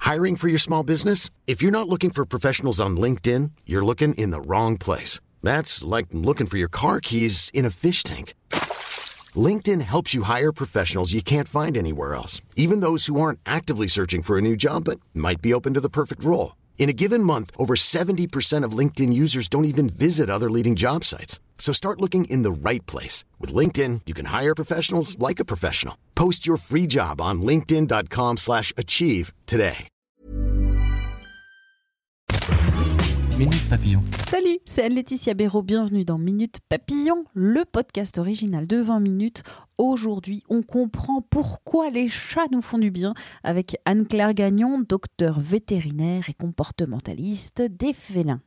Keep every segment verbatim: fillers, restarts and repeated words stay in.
Hiring for your small business? If you're not looking for professionals on LinkedIn, you're looking in the wrong place. That's like looking for your car keys in a fish tank. LinkedIn helps you hire professionals you can't find anywhere else, even those who aren't actively searching for a new job but might be open to the perfect role. In a given month, over seventy percent of LinkedIn users don't even visit other leading job sites. So start looking in the right place. With LinkedIn, you can hire professionals like a professional. Post your free job on linkedin.com slash achieve today. Minute Papillon. Salut, c'est Anne-Laetitia Béraud. Bienvenue dans Minute Papillon, le podcast original de vingt minutes. Aujourd'hui, on comprend pourquoi les chats nous font du bien avec Anne-Claire Gagnon, docteure vétérinaire et comportementaliste des félins.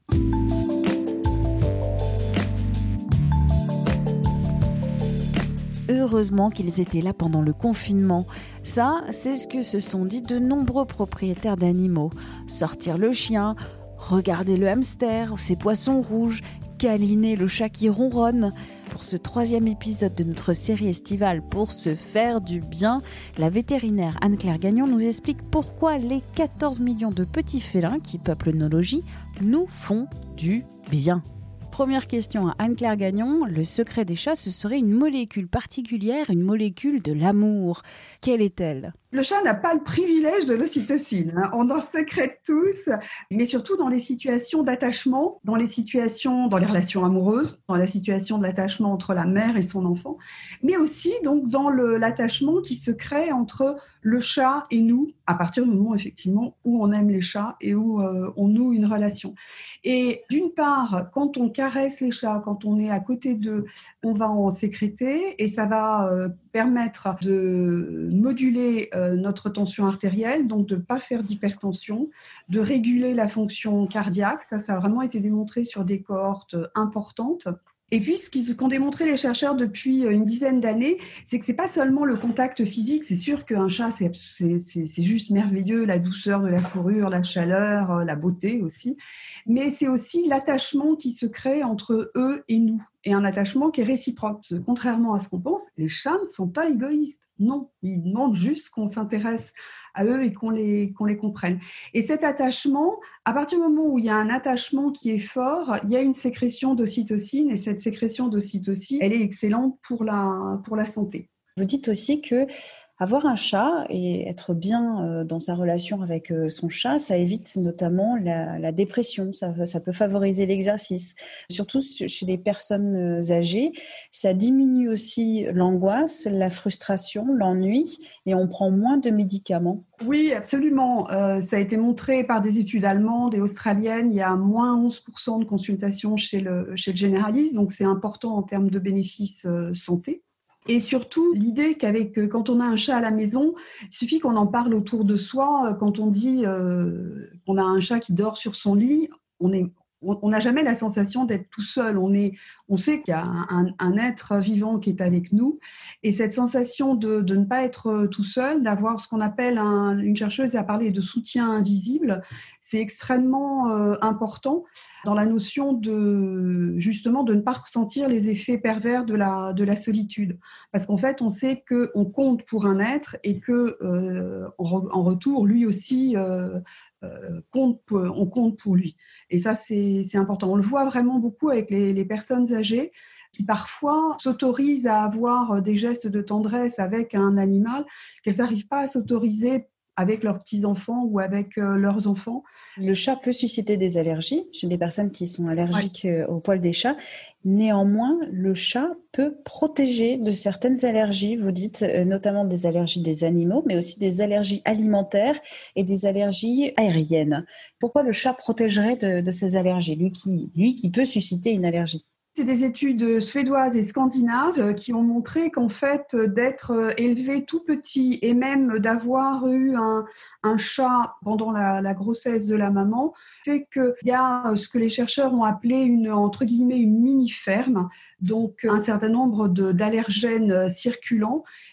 Heureusement qu'ils étaient là pendant le confinement. Ça, c'est ce que se sont dit de nombreux propriétaires d'animaux. Sortir le chien, regarder le hamster, ses poissons rouges, câliner le chat qui ronronne. Pour ce troisième épisode de notre série estivale Pour se faire du bien, la vétérinaire Anne-Claire Gagnon nous explique pourquoi les quatorze millions de petits félins qui peuplent nos logis nous font du bien. Première question à Anne-Claire Gagnon, le secret des chats, ce serait une molécule particulière, une molécule de l'amour. Quelle est-elle ? Le chat n'a pas le privilège de l'ocytocine. Hein. On en sécrète tous, mais surtout dans les situations d'attachement, dans les situations, dans les relations amoureuses, dans la situation de l'attachement entre la mère et son enfant, mais aussi donc dans le, l'attachement qui se crée entre le chat et nous, à partir du moment effectivement où on aime les chats et où euh, on noue une relation. Et d'une part, quand on caresse les chats, quand on est à côté d'eux, on va en sécréter et ça va euh, permettre de moduler euh, notre tension artérielle, donc de ne pas faire d'hypertension, de réguler la fonction cardiaque. Ça, ça a vraiment été démontré sur des cohortes importantes. Et puis, ce qu'ont démontré les chercheurs depuis une dizaine d'années, c'est que ce n'est pas seulement le contact physique. C'est sûr qu'un chat, c'est, c'est, c'est, c'est juste merveilleux, la douceur de la fourrure, la chaleur, la beauté aussi. Mais c'est aussi l'attachement qui se crée entre eux et nous. Et un attachement qui est réciproque. Parce que, contrairement à ce qu'on pense, les chats ne sont pas égoïstes. Non, ils demandent juste qu'on s'intéresse à eux et qu'on les, qu'on les comprenne. Et cet attachement, à partir du moment où il y a un attachement qui est fort, il y a une sécrétion d'ocytocine et cette sécrétion d'ocytocine, elle est excellente pour la, pour la santé. Vous dites aussi que avoir un chat et être bien dans sa relation avec son chat, ça évite notamment la, la dépression, ça, ça peut favoriser l'exercice. Surtout chez les personnes âgées, ça diminue aussi l'angoisse, la frustration, l'ennui et on prend moins de médicaments. Oui, absolument. Euh, ça a été montré par des études allemandes et australiennes. Il y a moins onze pour cent de consultations chez le, chez le généraliste, donc c'est important en termes de bénéfices euh, santé. Et surtout, l'idée qu'avec, quand on a un chat à la maison, il suffit qu'on en parle autour de soi. Quand on dit euh, qu'on a un chat qui dort sur son lit, on est... on n'a jamais la sensation d'être tout seul. On, est, on sait qu'il y a un, un, un être vivant qui est avec nous. Et cette sensation de, de ne pas être tout seul, d'avoir ce qu'on appelle, un, une chercheuse a parlé de soutien invisible, c'est extrêmement euh, important dans la notion de, justement, de ne pas ressentir les effets pervers de la, de la solitude. Parce qu'en fait, on sait qu'on compte pour un être et qu'en euh, en retour, lui aussi, euh, euh, compte pour, on compte pour lui. Et ça, c'est, c'est important. On le voit vraiment beaucoup avec les, les personnes âgées qui parfois s'autorisent à avoir des gestes de tendresse avec un animal qu'elles n'arrivent pas à s'autoriser avec leurs petits-enfants ou avec euh, leurs enfants. Le chat peut susciter des allergies chez les personnes qui sont allergiques ouais. au poil des chats. Néanmoins, le chat peut protéger de certaines allergies, vous dites, euh, notamment des allergies des animaux, mais aussi des allergies alimentaires et des allergies aériennes. Pourquoi le chat protégerait de, de ces allergies, lui qui, lui qui peut susciter une allergie ? C'est des études suédoises et scandinaves qui ont montré qu'en fait, d'être élevé tout petit et même d'avoir eu un, un chat pendant la, la grossesse de la maman fait qu'il y a ce que les chercheurs ont appelé une, entre guillemets, une mini-ferme, donc un certain nombre de, d'allergènes circulants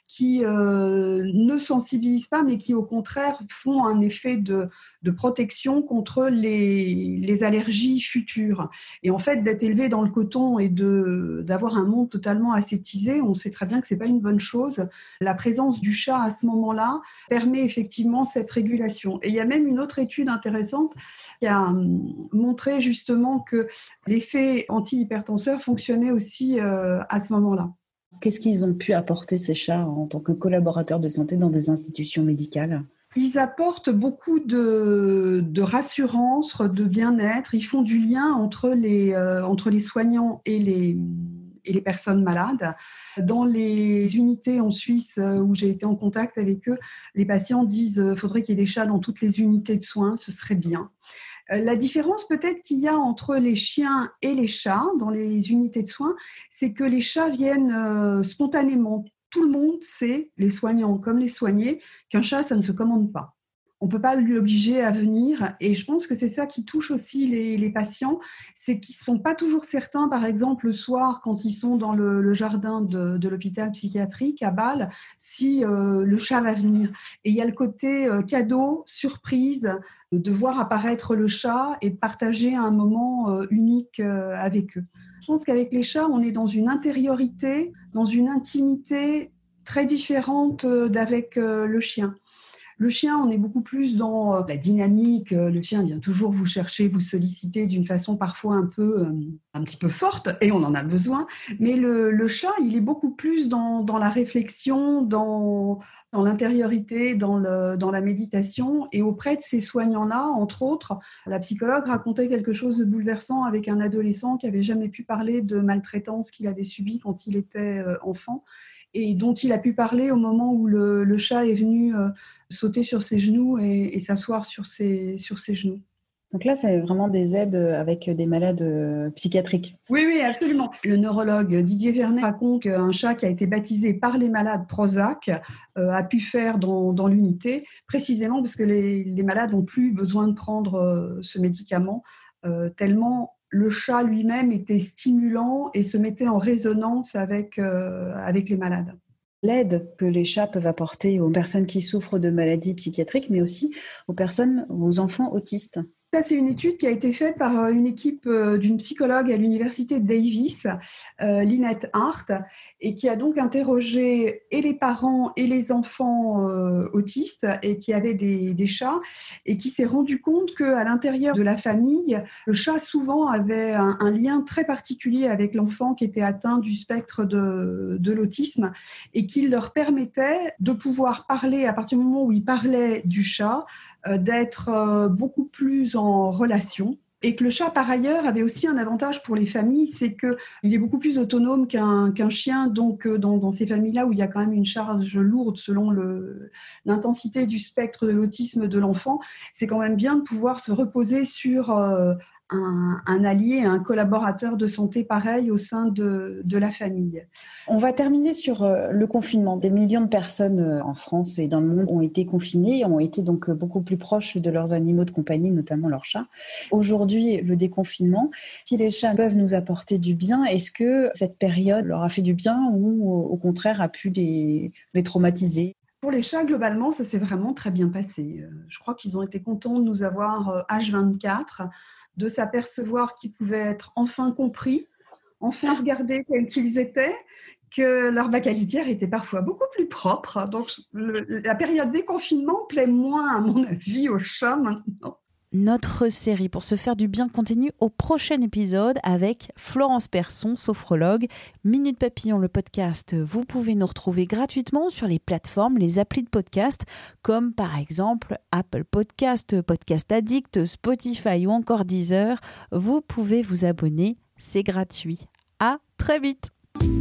qui euh, ne sensibilisent pas, mais qui au contraire font un effet de, de protection contre les, les allergies futures. Et en fait, d'être élevé dans le coton et de, d'avoir un monde totalement aseptisé, on sait très bien que ce n'est pas une bonne chose. La présence du chat à ce moment-là permet effectivement cette régulation. Et il y a même une autre étude intéressante qui a montré justement que l'effet antihypertenseur fonctionnait aussi euh, à ce moment-là. Qu'est-ce qu'ils ont pu apporter, ces chats, en tant que collaborateurs de santé dans des institutions médicales ? Ils apportent beaucoup de, de rassurance, de bien-être. Ils font du lien entre les, euh, entre les soignants et les, et les personnes malades. Dans les unités en Suisse où j'ai été en contact avec eux, les patients disent qu'il faudrait qu'il y ait des chats dans toutes les unités de soins, ce serait bien. La différence peut-être qu'il y a entre les chiens et les chats dans les unités de soins, c'est que les chats viennent euh, spontanément. Tout le monde sait, les soignants comme les soignés, qu'un chat, ça ne se commande pas. On ne peut pas l'obliger à venir. Et je pense que c'est ça qui touche aussi les, les patients, c'est qu'ils ne sont pas toujours certains, par exemple, le soir, quand ils sont dans le, le jardin de, de l'hôpital psychiatrique à Bâle, si euh, le chat va venir. Et il y a le côté euh, cadeau, surprise, de voir apparaître le chat et de partager un moment euh, unique euh, avec eux. Je pense qu'avec les chats, on est dans une intériorité, dans une intimité très différente euh, d'avec euh, le chien. Le chien, on est beaucoup plus dans la dynamique. Le chien vient toujours vous chercher, vous solliciter d'une façon parfois un peu, un petit peu forte, et on en a besoin. Mais le, le chat, il est beaucoup plus dans, dans la réflexion, dans, dans l'intériorité, dans, le, dans la méditation. Et auprès de ces soignants-là, entre autres, la psychologue racontait quelque chose de bouleversant avec un adolescent qui n'avait jamais pu parler de maltraitance qu'il avait subie quand il était enfant, et dont il a pu parler au moment où le, le chat est venu euh, sauter sur ses genoux et, et s'asseoir sur ses, sur ses genoux. Donc là, c'est vraiment des aides avec des malades euh, psychiatriques. Oui, oui, absolument. Le neurologue Didier Vernet raconte qu'un chat qui a été baptisé par les malades Prozac euh, a pu faire dans, dans l'unité, précisément parce que les, les malades n'ont plus besoin de prendre euh, ce médicament, euh, tellement le chat lui-même était stimulant et se mettait en résonance avec, euh, avec les malades. L'aide que les chats peuvent apporter aux personnes qui souffrent de maladies psychiatriques, mais aussi aux personnes, aux enfants autistes. Ça, c'est une étude qui a été faite par une équipe d'une psychologue à l'université de Davis, euh, Lynette Hart, et qui a donc interrogé et les parents et les enfants euh, autistes et qui avaient des, des chats, et qui s'est rendu compte qu'à l'intérieur de la famille, le chat souvent avait un, un lien très particulier avec l'enfant qui était atteint du spectre de, de l'autisme, et qu'il leur permettait de pouvoir parler, à partir du moment où ils parlaient du chat, euh, d'être euh, beaucoup plus en relation. Et que le chat, par ailleurs, avait aussi un avantage pour les familles, c'est qu'il est beaucoup plus autonome qu'un, qu'un chien. Donc, dans, dans ces familles-là où il y a quand même une charge lourde selon le, l'intensité du spectre de l'autisme de l'enfant, c'est quand même bien de pouvoir se reposer sur euh, un, un allié, un collaborateur de santé pareil au sein de, de la famille. On va terminer sur le confinement. Des millions de personnes en France et dans le monde ont été confinées, ont été donc beaucoup plus proches de leurs animaux de compagnie, notamment leurs chats. Aujourd'hui, le déconfinement, si les chats peuvent nous apporter du bien, est-ce que cette période leur a fait du bien ou au contraire a pu les, les traumatiser ? Pour les chats, globalement, ça s'est vraiment très bien passé. Je crois qu'ils ont été contents de nous avoir H vingt-quatre, de s'apercevoir qu'ils pouvaient être enfin compris, enfin regardés tels qu'ils étaient, que leur bac à litière était parfois beaucoup plus propre. Donc, le, la période déconfinement plaît moins, à mon avis, aux chats maintenant. Notre série pour se faire du bien continue au prochain épisode avec Florence Persson, sophrologue. Minute Papillon, le podcast, vous pouvez nous retrouver gratuitement sur les plateformes, les applis de podcast, comme par exemple Apple Podcast, Podcast Addict, Spotify ou encore Deezer. Vous pouvez vous abonner, c'est gratuit. À très vite.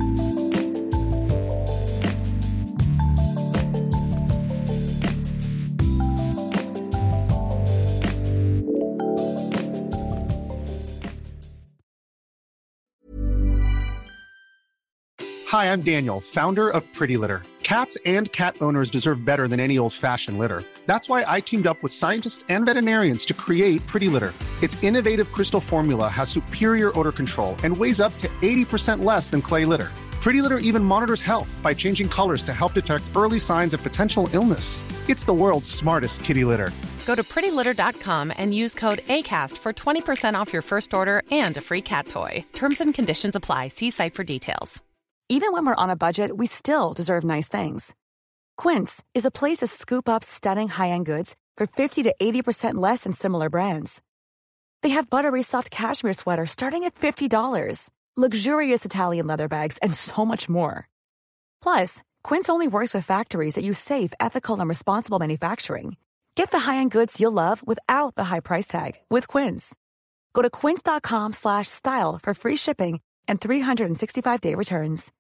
Hi, I'm Daniel, founder of Pretty Litter. Cats and cat owners deserve better than any old-fashioned litter. That's why I teamed up with scientists and veterinarians to create Pretty Litter. Its innovative crystal formula has superior odor control and weighs up to eighty percent less than clay litter. Pretty Litter even monitors health by changing colors to help detect early signs of potential illness. It's the world's smartest kitty litter. Go to pretty litter dot com and use code ACAST for twenty percent off your first order and a free cat toy. Terms and conditions apply. See site for details. Even when we're on a budget, we still deserve nice things. Quince is a place to scoop up stunning high-end goods for fifty to eighty percent less than similar brands. They have buttery soft cashmere sweaters starting at fifty dollars, luxurious Italian leather bags, and so much more. Plus, Quince only works with factories that use safe, ethical, and responsible manufacturing. Get the high-end goods you'll love without the high price tag with Quince. Go to quince.com slash style for free shipping and three sixty-five day returns.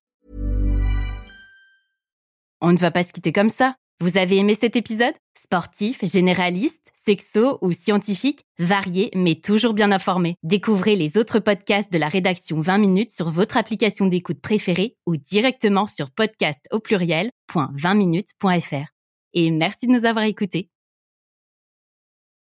On ne va pas se quitter comme ça. Vous avez aimé cet épisode ? Sportif, généraliste, sexo ou scientifique, varié mais toujours bien informé. Découvrez les autres podcasts de la rédaction vingt minutes sur votre application d'écoute préférée ou directement sur podcast au pluriel point vingt minutes point f r. Et merci de nous avoir écoutés.